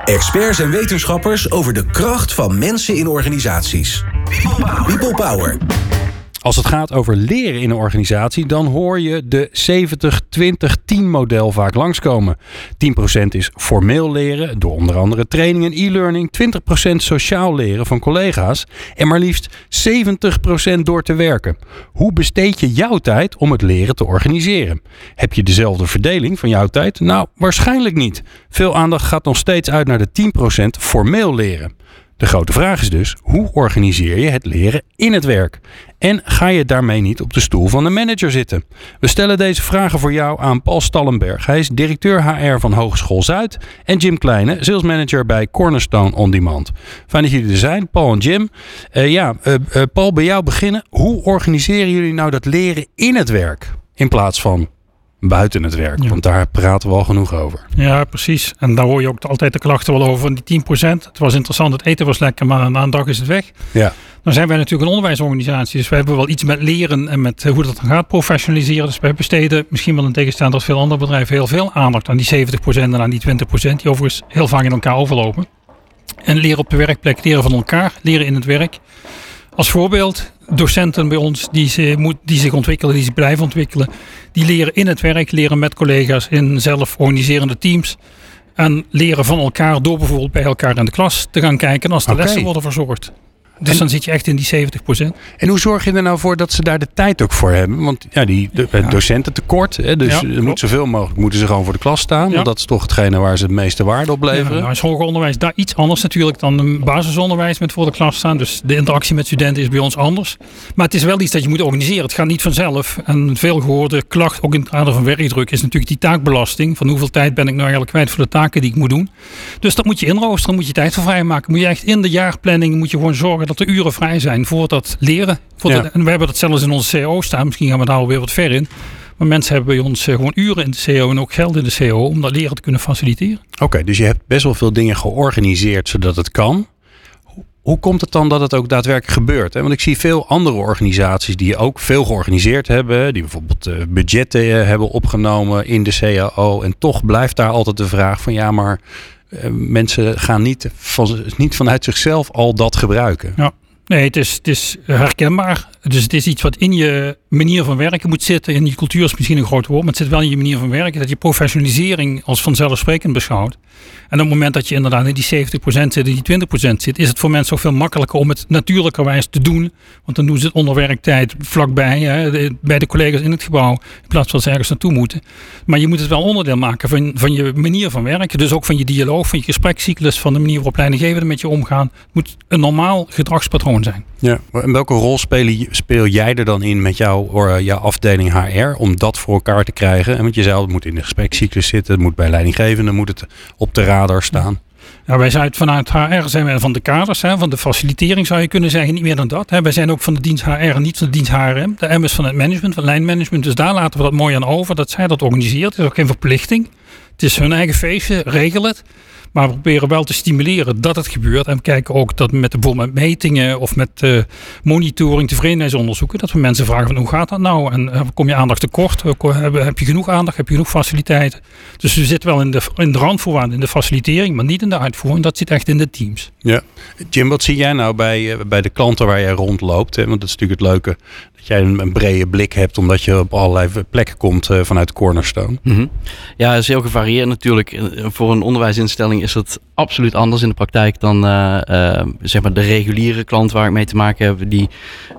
Experts en wetenschappers over de kracht van mensen in organisaties. People Power. Als het gaat over leren in een organisatie, dan hoor je de 70-20-10 model vaak langskomen. 10% is formeel leren, door onder andere training en e-learning. 20% sociaal leren van collega's. En maar liefst 70% door te werken. Hoe besteed je jouw tijd om het leren te organiseren? Heb je dezelfde verdeling van jouw tijd? Nou, waarschijnlijk niet. Veel aandacht gaat nog steeds uit naar de 10% formeel leren. De grote vraag is dus, hoe organiseer je het leren in het werk? En ga je daarmee niet op de stoel van de manager zitten? We stellen deze vragen voor jou aan Paul Stallenberg. Hij is directeur HR van Hogeschool Zuid. En Jim Kleine, salesmanager bij Cornerstone On Demand. Fijn dat jullie er zijn, Paul en Jim. Paul, bij jou beginnen. Hoe organiseren jullie nou dat leren in het werk? In plaats van buiten het werk, want daar praten we al genoeg over. Ja, precies. En daar hoor je ook altijd de klachten wel over. Die 10%, het was interessant, het eten was lekker, maar na een dag is het weg. Ja. Dan zijn wij natuurlijk een onderwijsorganisatie, dus we hebben wel iets met leren en met hoe dat dan gaat professionaliseren. Dus wij besteden, misschien wel in tegenstelling tot veel andere bedrijven, heel veel aandacht aan die 70% en aan die 20%, die overigens heel vaak in elkaar overlopen. En leren op de werkplek, leren van elkaar, leren in het werk. Als voorbeeld, docenten bij ons die zich ontwikkelen, die zich blijven ontwikkelen. Die leren in het werk, leren met collega's in zelf organiserende teams. En leren van elkaar door bijvoorbeeld bij elkaar in de klas te gaan kijken als de lessen worden verzorgd. Dus dan zit je echt in die 70%. En hoe zorg je er nou voor dat ze daar de tijd ook voor hebben? Want het docententekort, dus zoveel mogelijk moeten ze gewoon voor de klas staan. Ja. Want dat is toch hetgene waar ze het meeste waarde op leveren. Ja, is hoger onderwijs daar iets anders natuurlijk dan een basisonderwijs met voor de klas staan. Dus de interactie met studenten is bij ons anders. Maar het is wel iets dat je moet organiseren. Het gaat niet vanzelf. En veel gehoorde klacht, ook in het kader van werkdruk, is natuurlijk die taakbelasting. Van hoeveel tijd ben ik nou eigenlijk kwijt voor de taken die ik moet doen. Dus dat moet je inroosteren, moet je tijd voor vrijmaken. Moet je echt in de jaarplanning moet je gewoon zorgen dat er uren vrij zijn voor dat leren. En we hebben dat zelfs in onze CO staan. Misschien gaan we daar alweer wat ver in. Maar mensen hebben bij ons gewoon uren in de CO en ook geld in de CO om dat leren te kunnen faciliteren. Oké, dus je hebt best wel veel dingen georganiseerd zodat het kan. Hoe komt het dan dat het ook daadwerkelijk gebeurt? Want ik zie veel andere organisaties die ook veel georganiseerd hebben. Die bijvoorbeeld budgetten hebben opgenomen in de CAO. En toch blijft daar altijd de vraag van ja, maar mensen gaan niet vanuit zichzelf al dat gebruiken. Ja. Nee, het is herkenbaar. Dus het is iets wat in je manier van werken moet zitten. In je cultuur is misschien een groot woord, maar het zit wel in je manier van werken. Dat je professionalisering als vanzelfsprekend beschouwt. En op het moment dat je inderdaad in die 70% zit, in die 20% zit, is het voor mensen ook veel makkelijker om het natuurlijkerwijs te doen. Want dan doen ze het onder werktijd vlakbij, bij de collega's in het gebouw, in plaats van ze ergens naartoe moeten. Maar je moet het wel onderdeel maken van je manier van werken. Dus ook van je dialoog, van je gesprekscyclus, van de manier waarop leidinggevenden met je omgaan. Het moet een normaal gedragspatroon zijn. Ja, en welke rol speel jij er dan in met jouw afdeling HR om dat voor elkaar te krijgen? En want je zei, het moet in de gesprekscyclus zitten, het moet bij leidinggevenden, moet het op de radar staan. Ja, wij zijn vanuit HR zijn wij van de kaders, van de facilitering zou je kunnen zeggen, niet meer dan dat. Wij zijn ook van de dienst HR en niet van de dienst HRM. De M is van het management, van lijnmanagement. Dus daar laten we dat mooi aan over, dat zij dat organiseren. Het is ook geen verplichting. Het is hun eigen feestje, regel het. Maar we proberen wel te stimuleren dat het gebeurt. En we kijken ook dat bijvoorbeeld met metingen of met monitoring, tevredenheidsonderzoeken, dat we mensen vragen van hoe gaat dat nou? En kom je aandacht tekort? Heb je genoeg aandacht? Heb je genoeg faciliteiten? Dus we zitten wel in de randvoorwaarden, in de facilitering, maar niet in de uitvoering. Dat zit echt in de teams. Ja. Jim, wat zie jij nou bij de klanten waar jij rondloopt? Hè? Want dat is natuurlijk het leuke dat jij een brede blik hebt, omdat je op allerlei plekken komt vanuit Cornerstone. Mm-hmm. Ja, het is heel gevarieerd natuurlijk. Voor een onderwijsinstelling is het absoluut anders in de praktijk dan zeg maar de reguliere klant waar ik mee te maken heb, die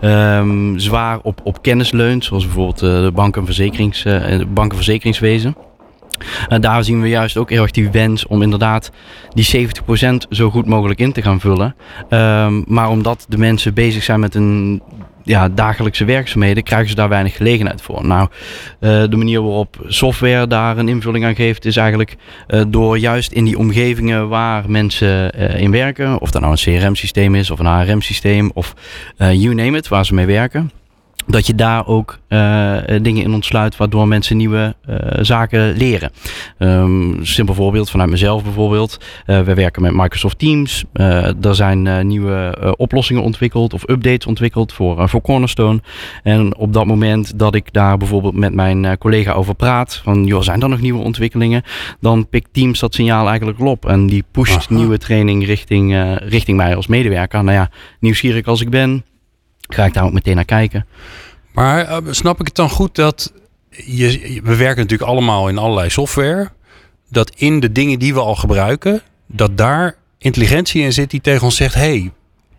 zwaar op kennis leunt, zoals bijvoorbeeld de bank- en verzekeringswezen. Daar zien we juist ook heel erg die wens om inderdaad die 70% zo goed mogelijk in te gaan vullen. Maar omdat de mensen bezig zijn met een dagelijkse werkzaamheden, krijgen ze daar weinig gelegenheid voor. Nou, de manier waarop software daar een invulling aan geeft, is eigenlijk door juist in die omgevingen waar mensen in werken, of dat nou een CRM-systeem is, of een HRM-systeem, of you name it, waar ze mee werken, dat je daar ook dingen in ontsluit waardoor mensen nieuwe zaken leren. Simpel voorbeeld vanuit mezelf bijvoorbeeld. We werken met Microsoft Teams. Er zijn nieuwe oplossingen ontwikkeld of updates ontwikkeld voor Cornerstone. En op dat moment dat ik daar bijvoorbeeld met mijn collega over praat, van joh, zijn er nog nieuwe ontwikkelingen? Dan pikt Teams dat signaal eigenlijk op en die pusht nieuwe training richting mij als medewerker. Nou ja, nieuwsgierig als ik ben, ga ik daar ook meteen naar kijken. Maar snap ik het dan goed dat we werken natuurlijk allemaal in allerlei software, dat in de dingen die we al gebruiken, dat daar intelligentie in zit die tegen ons zegt, hey,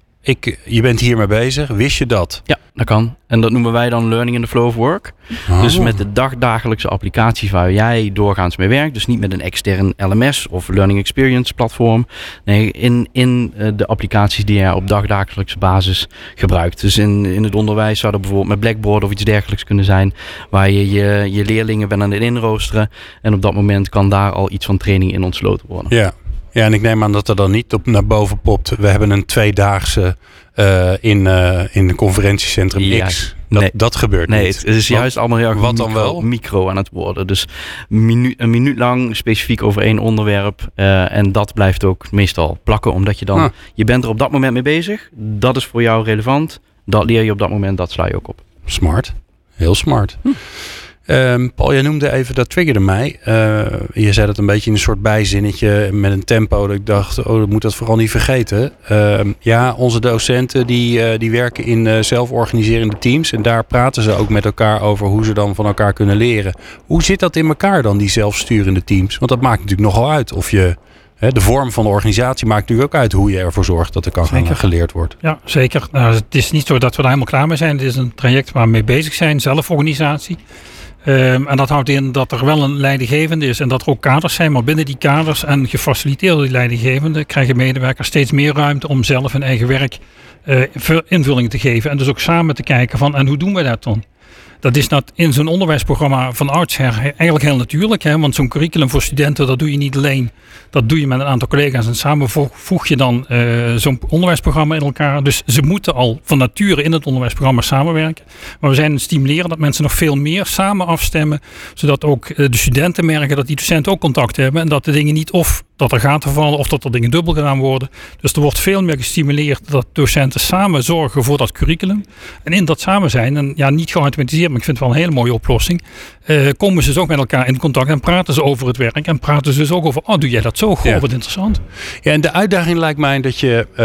je bent hiermee bezig, wist je dat? Ja, dat kan. En dat noemen wij dan learning in the flow of work. Dus met de dagdagelijkse applicaties waar jij doorgaans mee werkt. Dus niet met een extern LMS of learning experience platform. Nee, in de applicaties die jij op dagdagelijkse basis gebruikt. Dus in het onderwijs zou dat bijvoorbeeld met Blackboard of iets dergelijks kunnen zijn. Waar je leerlingen bent aan het inroosteren. En op dat moment kan daar al iets van training in ontsloten worden. Ja. Ja, en ik neem aan dat er dan niet naar boven popt. We hebben een 2-daagse in een conferentiecentrum X. Dat gebeurt niet. Nee, het is juist allemaal heel erg micro aan het worden. Dus een minuut lang specifiek over één onderwerp. En dat blijft ook meestal plakken. Omdat je dan, je bent er op dat moment mee bezig. Dat is voor jou relevant. Dat leer je op dat moment, dat sla je ook op. Smart. Heel smart. Paul, jij noemde even, dat triggerde mij. Je zei dat een beetje in een soort bijzinnetje met een tempo. Dat ik dacht, dat moet dat vooral niet vergeten. Onze docenten die werken in zelforganiserende teams. En daar praten ze ook met elkaar over hoe ze dan van elkaar kunnen leren. Hoe zit dat in elkaar dan, die zelfsturende teams? Want dat maakt natuurlijk nogal uit of je... De vorm van de organisatie maakt natuurlijk ook uit hoe je ervoor zorgt dat er kan geleerd wordt. Ja, zeker. Nou, het is niet zo dat we daar helemaal klaar mee zijn. Het is een traject waar we mee bezig zijn, zelforganisatie. En dat houdt in dat er wel een leidinggevende is en dat er ook kaders zijn. Maar binnen die kaders en gefaciliteerd door die leidinggevende krijgen medewerkers steeds meer ruimte om zelf hun eigen werk invulling te geven. En dus ook samen te kijken van, en hoe doen we dat dan? Dat is in zo'n onderwijsprogramma van oudsher eigenlijk heel natuurlijk. Hè? Want zo'n curriculum voor studenten, dat doe je niet alleen. Dat doe je met een aantal collega's. En samen voeg je dan zo'n onderwijsprogramma in elkaar. Dus ze moeten al van nature in het onderwijsprogramma samenwerken. Maar we zijn aan het stimuleren dat mensen nog veel meer samen afstemmen. Zodat ook de studenten merken dat die docenten ook contact hebben. En dat de dingen niet of dat er gaten vallen of dat er dingen dubbel gedaan worden. Dus er wordt veel meer gestimuleerd dat docenten samen zorgen voor dat curriculum. En in dat samen zijn, en ja, niet geautomatiseerd, maar ik vind het wel een hele mooie oplossing. Komen ze dus ook met elkaar in contact en praten ze over het werk. En praten ze dus ook over, doe jij dat zo? Goh, wat interessant. Ja, en de uitdaging lijkt mij dat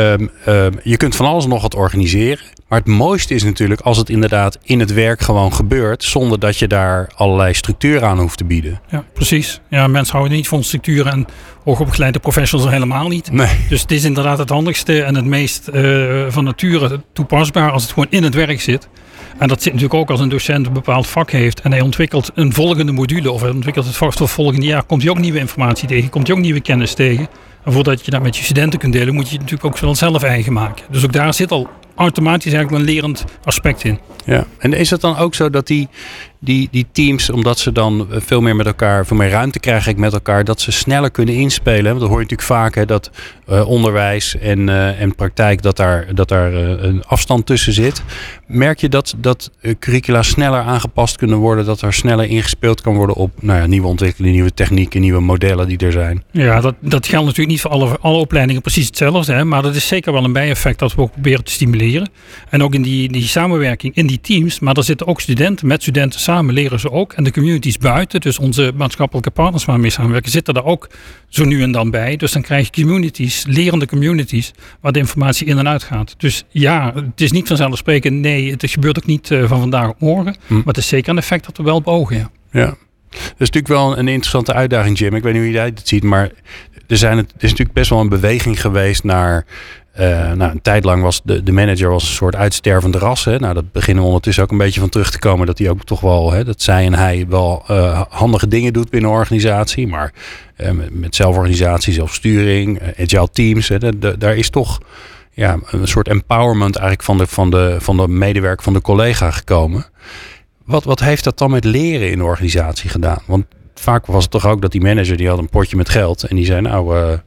je kunt van alles nog wat organiseren. Maar het mooiste is natuurlijk als het inderdaad in het werk gewoon gebeurt. Zonder dat je daar allerlei structuur aan hoeft te bieden. Ja, precies. Ja, mensen houden niet van structuren en hoogopgeleide professionals helemaal niet. Nee. Dus het is inderdaad het handigste en het meest van nature toepasbaar als het gewoon in het werk zit. En dat zit natuurlijk ook als een docent een bepaald vak heeft en hij ontwikkelt een volgende module of hij ontwikkelt het vak voor het volgende jaar. Komt hij ook nieuwe informatie tegen, komt hij ook nieuwe kennis tegen. En voordat je dat met je studenten kunt delen, moet je het natuurlijk ook wel zelf eigen maken. Dus ook daar zit al automatisch eigenlijk een lerend aspect in. Ja, en is het dan ook zo dat die teams, omdat ze dan veel meer met elkaar, veel meer ruimte krijgen met elkaar, dat ze sneller kunnen inspelen? Want dat hoor je natuurlijk vaak, hè, dat onderwijs en praktijk, dat daar een afstand tussen zit. Merk je dat curricula sneller aangepast kunnen worden, dat er sneller ingespeeld kan worden op nieuwe ontwikkelingen, nieuwe technieken, nieuwe modellen die er zijn? Ja, dat geldt natuurlijk niet voor alle opleidingen precies hetzelfde, hè, maar dat is zeker wel een bijeffect dat we ook proberen te stimuleren. En ook in die samenwerking, in die teams, maar daar zitten ook studenten, met studenten samen leren ze ook. En de communities buiten, dus onze maatschappelijke partners waarmee samenwerken, zitten daar ook zo nu en dan bij. Dus dan krijg je communities, lerende communities, waar de informatie in en uit gaat. Dus ja, het is niet vanzelfsprekend, nee, het gebeurt ook niet van vandaag op morgen. Maar het is zeker een effect dat we wel beogen. Ja. Dat is natuurlijk wel een interessante uitdaging, Jim. Ik weet niet hoe jij het ziet, maar er is natuurlijk best wel een beweging geweest naar... een tijd lang was de manager was een soort uitstervende ras. Hè. Nou, dat beginnen we ondertussen ook een beetje van terug te komen. Dat hij ook toch wel, dat zij en hij wel handige dingen doet binnen een organisatie. Maar met zelforganisatie, zelfsturing, agile teams. Daar is toch een soort empowerment eigenlijk van de medewerker, van de collega gekomen. Wat heeft dat dan met leren in de organisatie gedaan? Want vaak was het toch ook dat die manager die had een potje met geld. En die zei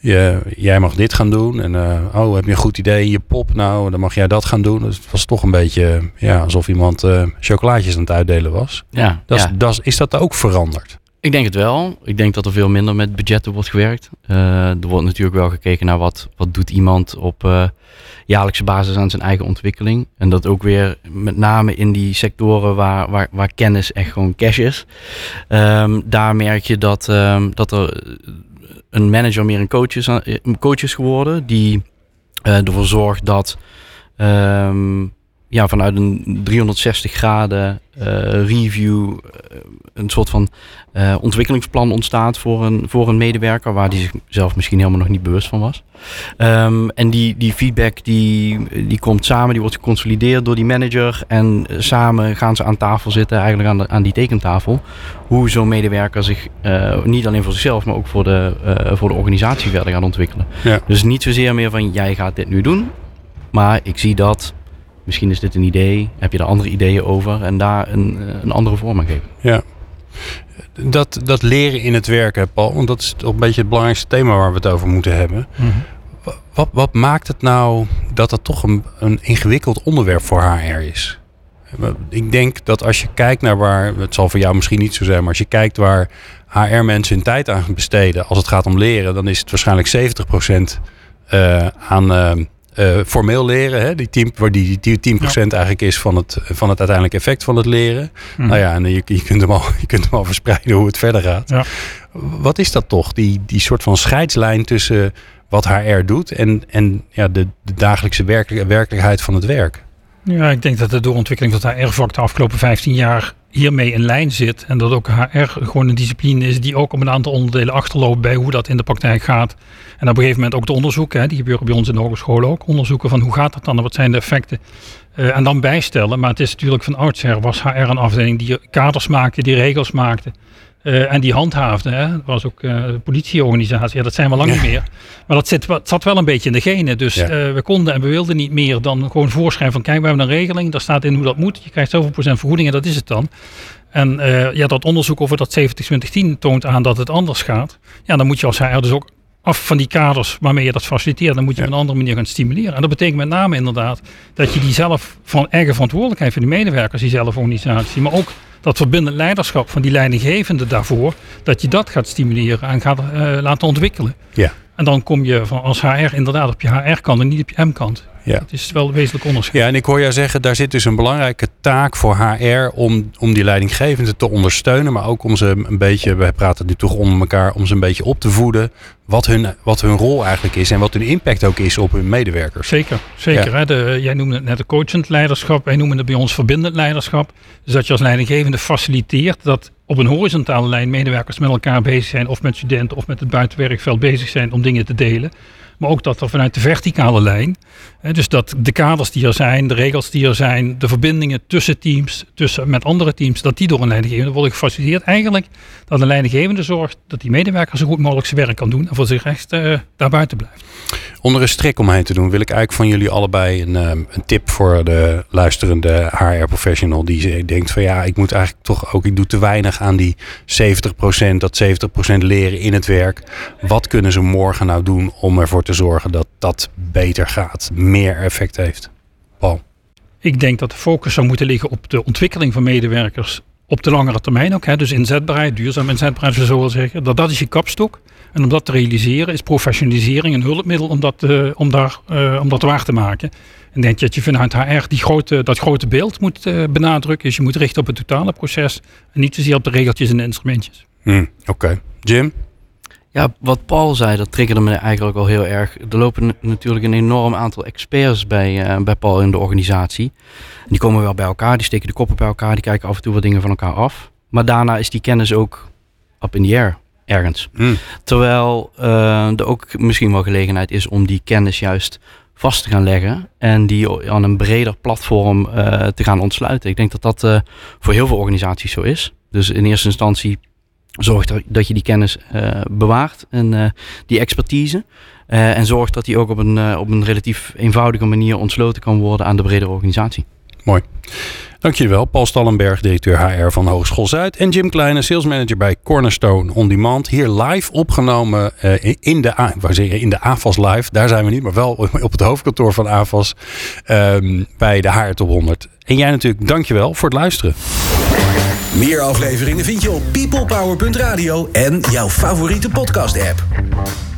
jij mag dit gaan doen. En heb je een goed idee in je pop? Nou, dan mag jij dat gaan doen. Dus het was toch een beetje alsof iemand chocolaatjes aan het uitdelen was. Ja, Is dat ook veranderd? Ik denk het wel. Ik denk dat er veel minder met budgetten wordt gewerkt. Er wordt natuurlijk wel gekeken naar wat doet iemand op jaarlijkse basis aan zijn eigen ontwikkeling. En dat ook weer met name in die sectoren waar kennis echt gewoon cash is. Daar merk je dat er een manager meer een coach is geworden. Die ervoor zorgt dat vanuit een 360 graden review een soort van ontwikkelingsplan ontstaat voor een medewerker waar die zichzelf misschien helemaal nog niet bewust van was. En die feedback die komt samen, die wordt geconsolideerd door die manager en samen gaan ze aan tafel zitten, eigenlijk aan die tekentafel. Hoe zo'n medewerker zich niet alleen voor zichzelf, maar ook voor de organisatie verder gaat ontwikkelen. Ja. Dus niet zozeer meer van jij gaat dit nu doen, maar ik zie dat. Misschien is dit een idee, heb je daar andere ideeën over en daar een andere vorm aan geven. Ja, dat leren in het werk, Paul, want dat is toch een beetje het belangrijkste thema waar we het over moeten hebben. Mm-hmm. Wat maakt het nou dat het toch een ingewikkeld onderwerp voor HR is? Ik denk dat als je kijkt naar waar, het zal voor jou misschien niet zo zijn, maar als je kijkt waar HR-mensen hun tijd aan besteden als het gaat om leren, dan is het waarschijnlijk 70% aan formeel leren, hè? Waar die 10% eigenlijk is van het uiteindelijk effect van het leren. Mm. Nou ja, en je kunt hem al verspreiden hoe het verder gaat. Ja. Wat is dat toch? Die soort van scheidslijn tussen wat HR doet en de dagelijkse werkelijkheid van het werk. Ja, ik denk dat de doorontwikkeling van het HR-vak de afgelopen 15 jaar hiermee in lijn zit. En dat ook HR gewoon een discipline is die ook op een aantal onderdelen achterloopt bij hoe dat in de praktijk gaat. En op een gegeven moment ook de onderzoeken, die gebeuren bij ons in de hogescholen ook. Onderzoeken van hoe gaat dat dan en wat zijn de effecten. En dan bijstellen. Maar het is natuurlijk van oudsher was HR een afdeling die kaders maakte, die regels maakte. En die handhaafde. Hè. Dat was ook de politieorganisatie. Ja, dat zijn we lang niet meer. Maar dat zat wel een beetje in de genen. Dus we konden en we wilden niet meer dan gewoon voorschrijven van kijk, we hebben een regeling. Daar staat in hoe dat moet. Je krijgt zoveel procent vergoeding en dat is het dan. En dat onderzoek over dat 70-20-10 toont aan dat het anders gaat. Ja, dan moet je als HR dus ook af van die kaders waarmee je dat faciliteert. Dan moet je op een andere manier gaan stimuleren. En dat betekent met name inderdaad dat je die zelf van eigen verantwoordelijkheid van die medewerkers, die zelforganisatie, maar ook dat verbindend leiderschap van die leidinggevende daarvoor, dat je dat gaat stimuleren en gaat laten ontwikkelen. Ja. En dan kom je als HR inderdaad op je HR-kant en niet op je M-kant. Ja. Dat is wel een wezenlijk onderscheid. Ja, en ik hoor jou zeggen, daar zit dus een belangrijke taak voor HR om die leidinggevenden te ondersteunen, maar ook om ze een beetje, wij praten nu toch onder elkaar, om ze een beetje op te voeden wat hun rol eigenlijk is en wat hun impact ook is op hun medewerkers. Zeker. Ja. Jij noemde het net de coachend leiderschap, wij noemen het bij ons verbindend leiderschap. Dus dat je als leidinggevende faciliteert dat op een horizontale lijn medewerkers met elkaar bezig zijn of met studenten of met het buitenwerkveld bezig zijn om dingen te delen. Maar ook dat er vanuit de verticale lijn, dus dat de kaders die er zijn, de regels die er zijn, de verbindingen tussen teams, met andere teams, dat die door een leidinggevende worden gefaciliteerd. Eigenlijk dat een leidinggevende zorgt dat die medewerker zo goed mogelijk zijn werk kan doen en voor zich echt daarbuiten blijft. Onder een strik omheen te doen wil ik eigenlijk van jullie allebei een tip voor de luisterende HR-professional die denkt van ik moet eigenlijk toch ook, ik doe te weinig aan die 70%, dat 70% leren in het werk. Wat kunnen ze morgen nou doen om ervoor te zorgen dat dat beter gaat, meer effect heeft? Paul? Ik denk dat de focus zou moeten liggen op de ontwikkeling van medewerkers op de langere termijn ook. Dus inzetbaarheid, duurzaam inzetbaarheid, zo willen zeggen. Dat is je kapstok. En om dat te realiseren is professionalisering een hulpmiddel om dat waar te maken. En denk dat je vanuit HR dat grote beeld moet benadrukken. Dus je moet richten op het totale proces en niet zozeer op de regeltjes en de instrumentjes. Oké. Jim? Ja, wat Paul zei, dat triggerde me eigenlijk al heel erg. Er lopen natuurlijk een enorm aantal experts bij Paul in de organisatie. En die komen wel bij elkaar, die steken de koppen bij elkaar, die kijken af en toe wat dingen van elkaar af. Maar daarna is die kennis ook up in the air ergens. Terwijl er ook misschien wel gelegenheid is om die kennis juist vast te gaan leggen en die aan een breder platform te gaan ontsluiten. Ik denk dat dat voor heel veel organisaties zo is. Dus in eerste instantie zorg dat je die kennis bewaart en die expertise. En zorg dat die ook op een relatief eenvoudige manier ontsloten kan worden aan de bredere organisatie. Mooi. Dank jullie wel. Paul Stallenberg, directeur HR van Hogeschool Zuid. En Jim Kleine, salesmanager bij Cornerstone On Demand. Hier live opgenomen in de AFAS Live. Daar zijn we niet, maar wel op het hoofdkantoor van AFAS. Bij de HR Top 100. En jij natuurlijk, dankjewel voor het luisteren. Meer afleveringen vind je op peoplepower.radio en jouw favoriete podcast app.